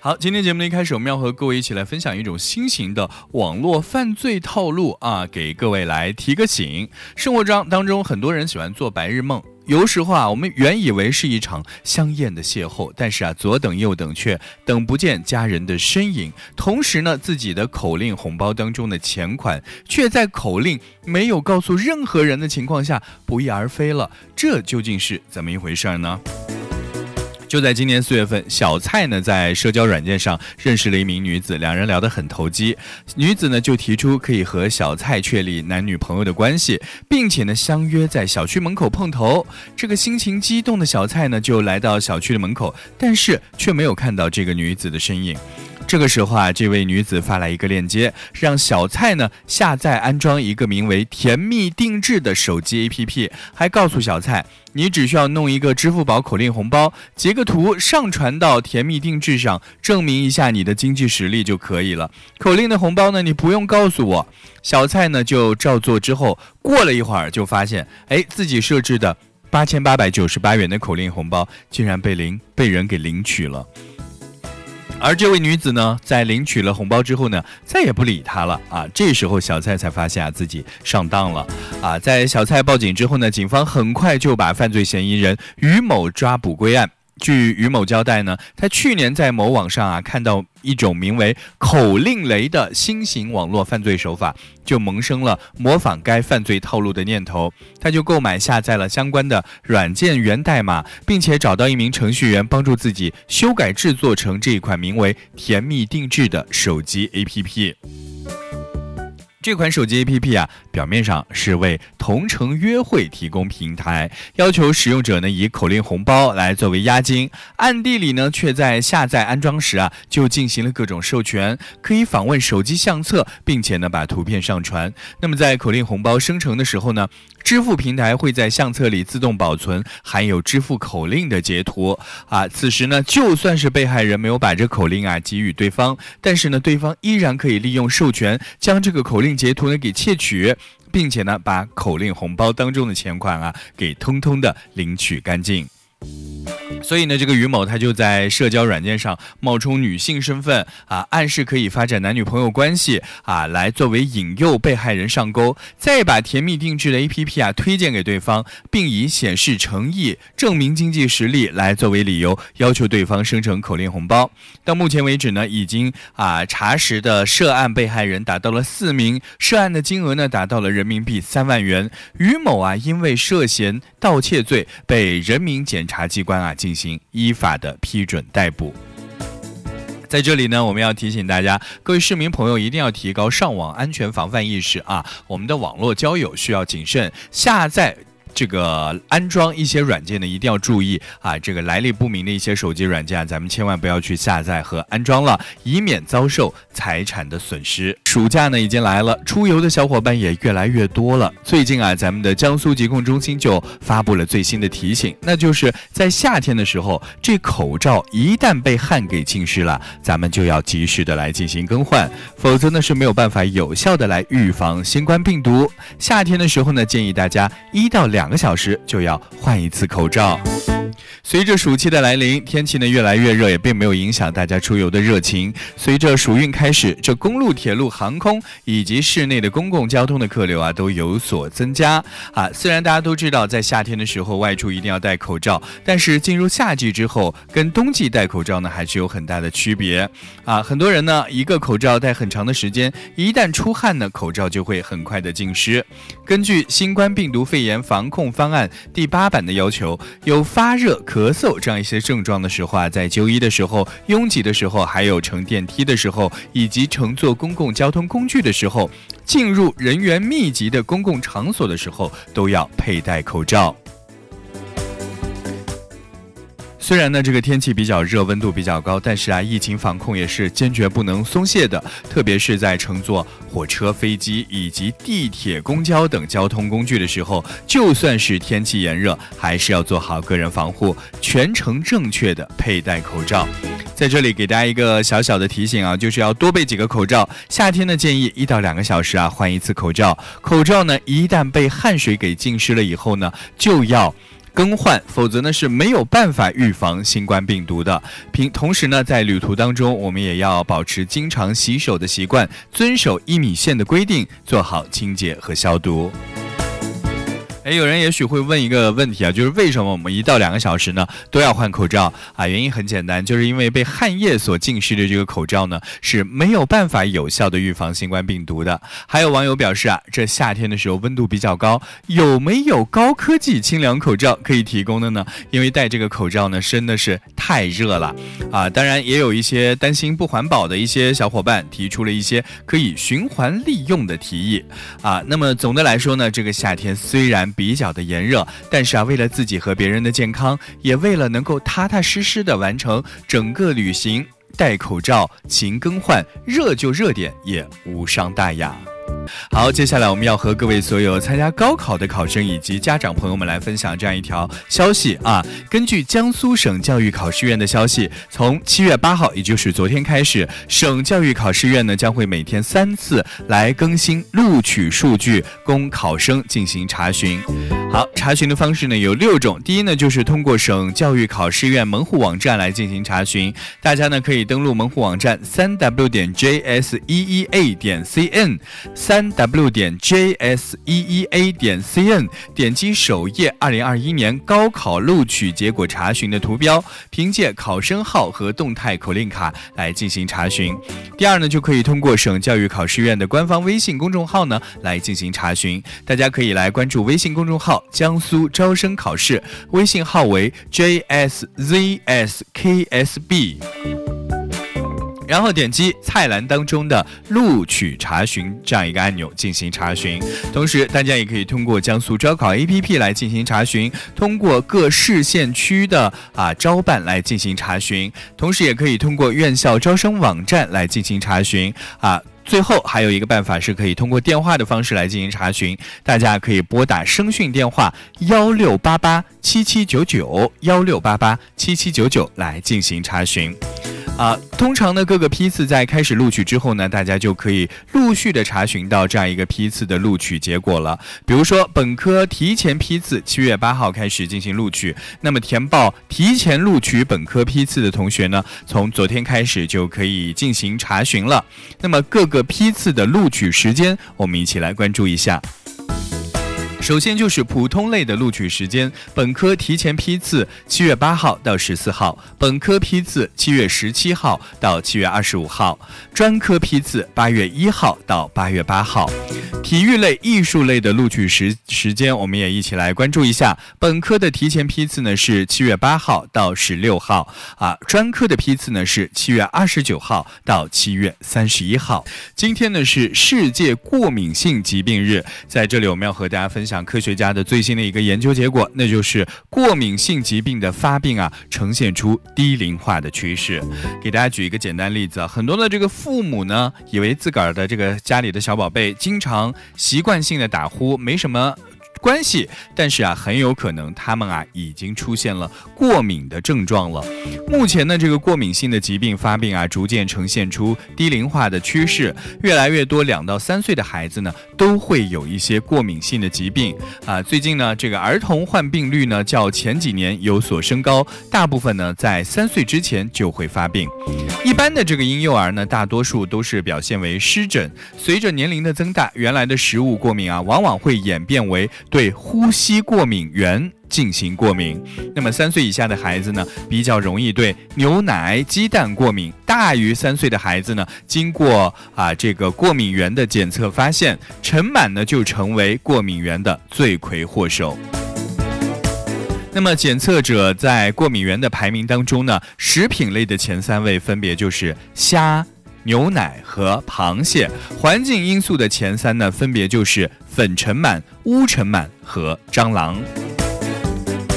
好，今天节目的一开始，我们要和各位一起来分享一种新型的网络犯罪套路啊，给各位来提个醒。生活当中，很多人喜欢做白日梦。有时候啊，我们原以为是一场香艳的邂逅，但是啊，左等右等却等不见家人的身影。同时呢，自己的口令红包当中的钱款，却在口令没有告诉任何人的情况下不翼而飞了。这究竟是怎么一回事呢？就在今年4月份，小蔡呢在社交软件上认识了一名女子，两人聊得很投机。女子呢就提出可以和小蔡确立男女朋友的关系，并且呢相约在小区门口碰头。这个心情激动的小蔡呢就来到小区的门口，但是却没有看到这个女子的身影。这个时候啊，这位女子发来一个链接，让小蔡呢下载安装一个名为甜蜜定制的手机 APP， 还告诉小蔡，你只需要弄一个支付宝口令红包，截个图上传到甜蜜定制上，证明一下你的经济实力就可以了。口令的红包呢，你不用告诉我。小蔡呢就照做之后，过了一会儿就发现，自己设置的8898元的口令红包竟然被人给领取了。而这位女子呢，在领取了红包之后呢，再也不理他了啊。这时候小蔡才发现自己上当了啊。在小蔡报警之后呢，警方很快就把犯罪嫌疑人于某抓捕归案。据于某交代呢，他去年在某网上看到一种名为口令雷的新型网络犯罪手法，就萌生了模仿该犯罪套路的念头。他就购买下载了相关的软件源代码，并且找到一名程序员帮助自己修改制作成这一款名为甜蜜定制的手机 APP。这款手机 APP 表面上是为同城约会提供平台，要求使用者呢以口令红包来作为押金，暗地里呢却在下载安装时就进行了各种授权，可以访问手机相册，并且呢把图片上传。那么在口令红包生成的时候呢，支付平台会在相册里自动保存含有支付口令的截图此时呢，就算是被害人没有把这口令给予对方，但是呢，对方依然可以利用授权将这个口令截图呢给窃取，并且呢把口令红包当中的钱款给通通的领取干净。所以呢，这个于某他就在社交软件上冒充女性身份暗示可以发展男女朋友关系来作为引诱被害人上钩，再把甜蜜定制的 APP 推荐给对方，并以显示诚意、证明经济实力来作为理由，要求对方生成口令红包。到目前为止呢，已经查实的涉案被害人达到了4名，涉案的金额呢达到了人民币3万元。于某因为涉嫌盗窃罪被人民检察机关进行依法的批准逮捕。在这里呢，我们要提醒大家，各位市民朋友一定要提高上网安全防范意识我们的网络交友需要谨慎，下载这个安装一些软件呢，一定要注意这个来历不明的一些手机软件咱们千万不要去下载和安装了，以免遭受财产的损失。暑假呢已经来了，出游的小伙伴也越来越多了。最近咱们的江苏疾控中心就发布了最新的提醒，那就是在夏天的时候，这口罩一旦被汗给浸湿了，咱们就要及时的来进行更换，否则呢是没有办法有效的来预防新冠病毒。夏天的时候呢，建议大家1到2个小时就要换一次口罩。随着暑期的来临，天气呢越来越热，也并没有影响大家出游的热情。随着暑运开始，这公路、铁路、航空以及市内的公共交通的客流都有所增加虽然大家都知道在夏天的时候外出一定要戴口罩，但是进入夏季之后，跟冬季戴口罩呢还是有很大的区别很多人呢一个口罩戴很长的时间，一旦出汗呢，口罩就会很快的浸湿。根据新冠病毒肺炎防控方案第8版的要求，有发热、咳嗽这样一些症状的时候在就医的时候、拥挤的时候，还有乘电梯的时候，以及乘坐公共交通工具的时候，进入人员密集的公共场所的时候，都要佩戴口罩。虽然呢这个天气比较热，温度比较高，但是疫情防控也是坚决不能松懈的，特别是在乘坐火车、飞机以及地铁、公交等交通工具的时候，就算是天气炎热，还是要做好个人防护，全程正确的佩戴口罩。在这里给大家一个小小的提醒就是要多备几个口罩。夏天呢建议1到2个小时换一次口罩。口罩呢一旦被汗水给浸湿了以后呢，就要更换，否则呢是没有办法预防新冠病毒的。同时呢，在旅途当中，我们也要保持经常洗手的习惯，遵守1米线的规定，做好清洁和消毒。有人也许会问一个问题啊，就是为什么我们1到2个小时呢都要换口罩啊？原因很简单，就是因为被汗液所浸湿的这个口罩呢是没有办法有效的预防新冠病毒的。还有网友表示啊，这夏天的时候温度比较高，有没有高科技清凉口罩可以提供的呢？因为戴这个口罩呢真的是太热了啊！当然也有一些担心不环保的一些小伙伴提出了一些可以循环利用的提议啊。那么总的来说呢，这个夏天虽然比较的炎热，但是啊，为了自己和别人的健康，也为了能够踏踏实实的完成整个旅行，戴口罩勤更换，热就热点，也无伤大雅。好，接下来我们要和各位所有参加高考的考生以及家长朋友们来分享这样一条消息啊。根据江苏省教育考试院的消息，从7月8号，也就是昨天开始，省教育考试院呢将会每天3次来更新录取数据，供考生进行查询。好，查询的方式呢有6种。第一呢，就是通过省教育考试院门户网站来进行查询。大家呢可以登录门户网站3w.jseea.cn。3w.jseea.cn 点击首页2021年高考录取结果查询的图标，凭借考生号和动态口令卡来进行查询。第二呢，就可以通过省教育考试院的官方微信公众号呢来进行查询。大家可以来关注微信公众号江苏招生考试，微信号为 JSZSKSB，然后点击菜栏当中的录取查询这样一个按钮进行查询。同时大家也可以通过江苏招考 APP 来进行查询，通过各市县区的招办来进行查询，同时也可以通过院校招生网站来进行查询最后还有一个办法是可以通过电话的方式来进行查询，大家可以拨打声讯电话1688779916887799来进行查询。通常呢，各个批次在开始录取之后呢，大家就可以陆续的查询到这样一个批次的录取结果了。比如说本科提前批次7月8号开始进行录取，那么填报提前录取本科批次的同学呢，从昨天开始就可以进行查询了。那么各个批次的录取时间，我们一起来关注一下。首先就是普通类的录取时间，本科提前批次7月8号到14号，本科批次7月17号到7月25号，专科批次8月1号到8月8号。体育类、艺术类的录取时间，我们也一起来关注一下。本科的提前批次呢是7月8号到16号专科的批次呢是7月29号到7月31号。今天呢是世界过敏性疾病日，在这里我们要和大家分享科学家的最新的一个研究结果，那就是过敏性疾病的发病呈现出低龄化的趋势。给大家举一个简单例子很多的这个父母呢，以为自个儿的这个家里的小宝贝经常习惯性的打呼，没什么关系，但是很有可能他们已经出现了过敏的症状了。目前呢，这个过敏性的疾病发病逐渐呈现出低龄化的趋势，越来越多2到3岁的孩子呢都会有一些过敏性的疾病最近呢，这个儿童患病率呢较前几年有所升高，大部分呢在3岁之前就会发病。一般的这个婴幼儿呢，大多数都是表现为湿疹，随着年龄的增大，原来的食物过敏往往会演变为对呼吸过敏源进行过敏。那么3岁以下的孩子呢，比较容易对牛奶、鸡蛋过敏。大于3岁的孩子呢，经过这个过敏源的检测发现，尘螨呢就成为过敏源的罪魁祸首。那么检测者在过敏源的排名当中呢，食品类的前3位分别就是虾、牛奶和螃蟹。环境因素的前3呢，分别就是粉尘螨、污尘螨和蟑螂。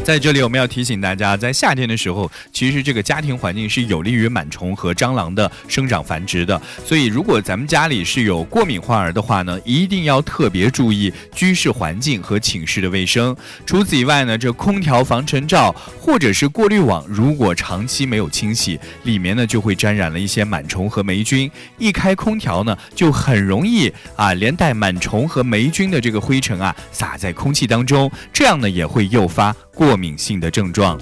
在这里我们要提醒大家，在夏天的时候，其实这个家庭环境是有利于螨虫和蟑螂的生长繁殖的。所以如果咱们家里是有过敏患儿的话呢，一定要特别注意居室环境和寝室的卫生。除此以外呢，这空调防尘罩或者是过滤网，如果长期没有清洗，里面呢就会沾染了一些螨虫和霉菌。一开空调呢，就很容易连带螨虫和霉菌的这个灰尘洒在空气当中，这样呢也会诱发过敏性的症状。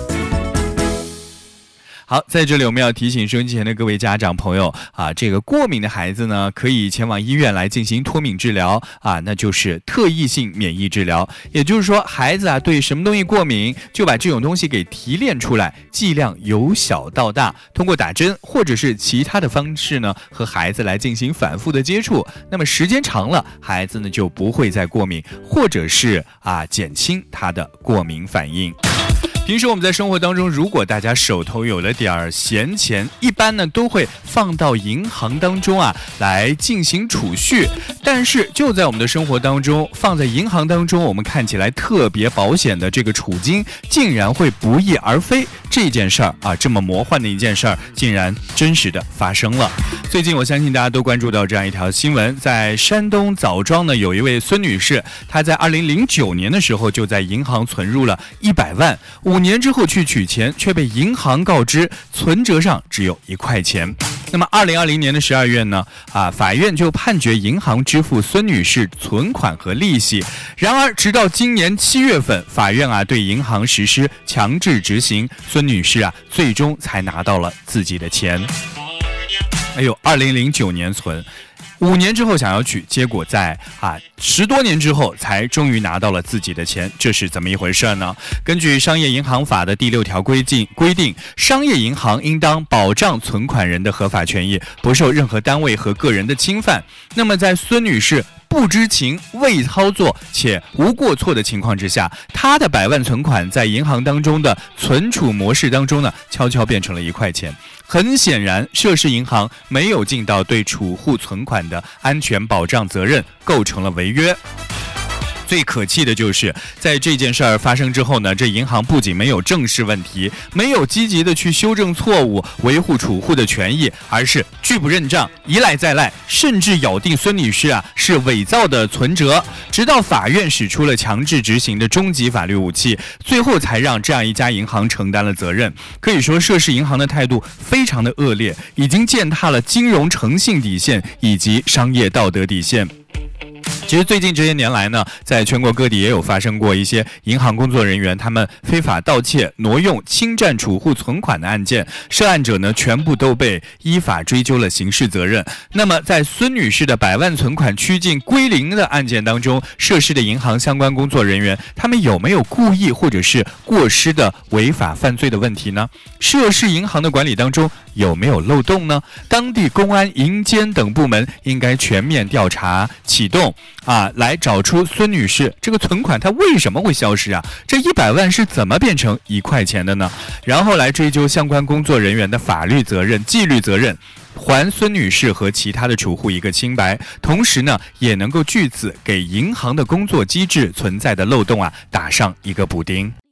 好，在这里我们要提醒收音机前的各位家长朋友这个过敏的孩子呢，可以前往医院来进行脱敏治疗那就是特异性免疫治疗。也就是说，孩子对什么东西过敏，就把这种东西给提炼出来，剂量由小到大，通过打针或者是其他的方式呢，和孩子来进行反复的接触。那么时间长了，孩子呢就不会再过敏，或者是减轻他的过敏反应。平时我们在生活当中，如果大家手头有了点闲钱，一般呢都会放到银行当中来进行储蓄。但是就在我们的生活当中，放在银行当中，我们看起来特别保险的这个储金，竟然会不翼而飞。这件事儿这么魔幻的一件事儿，竟然真实的发生了。最近我相信大家都关注到这样一条新闻，在山东枣庄呢，有一位孙女士，她在2009年的时候就在银行存入了100万，5年之后去取钱，却被银行告知存折上只有1块钱。那么2020年的12月呢，法院就判决银行支付孙女士存款和利息。然而直到今年7月份，法院对银行实施强制执行，孙女士最终才拿到了自己的钱。2009年存，5年之后想要取，结果在10多年之后才终于拿到了自己的钱，这是怎么一回事呢？根据商业银行法的第6条规定，商业银行应当保障存款人的合法权益，不受任何单位和个人的侵犯。那么在孙女士不知情、未操作且无过错的情况之下，他的100万存款在银行当中的存储模式当中呢，悄悄变成了1块钱。很显然，涉事银行没有尽到对储户存款的安全保障责任，构成了违约。最可气的就是在这件事儿发生之后呢，这银行不仅没有正视问题，没有积极的去修正错误，维护储户的权益，而是拒不认账，一赖再赖，甚至咬定孙女士是伪造的存折，直到法院使出了强制执行的终极法律武器，最后才让这样一家银行承担了责任。可以说，涉事银行的态度非常的恶劣，已经践踏了金融诚信底线以及商业道德底线。其实最近这些年来呢，在全国各地也有发生过一些银行工作人员他们非法盗窃、挪用、侵占储户存款的案件，涉案者呢全部都被依法追究了刑事责任。那么在孙女士的100万存款趋近归零的案件当中，涉事的银行相关工作人员他们有没有故意或者是过失的违法犯罪的问题呢？涉事银行的管理当中有没有漏洞呢？当地公安、银监等部门应该全面调查启动来找出孙女士这个存款它为什么会消失这100万是怎么变成1块钱的呢？然后来追究相关工作人员的法律责任、纪律责任，还孙女士和其他的储户一个清白，同时呢也能够据此给银行的工作机制存在的漏洞打上一个补丁。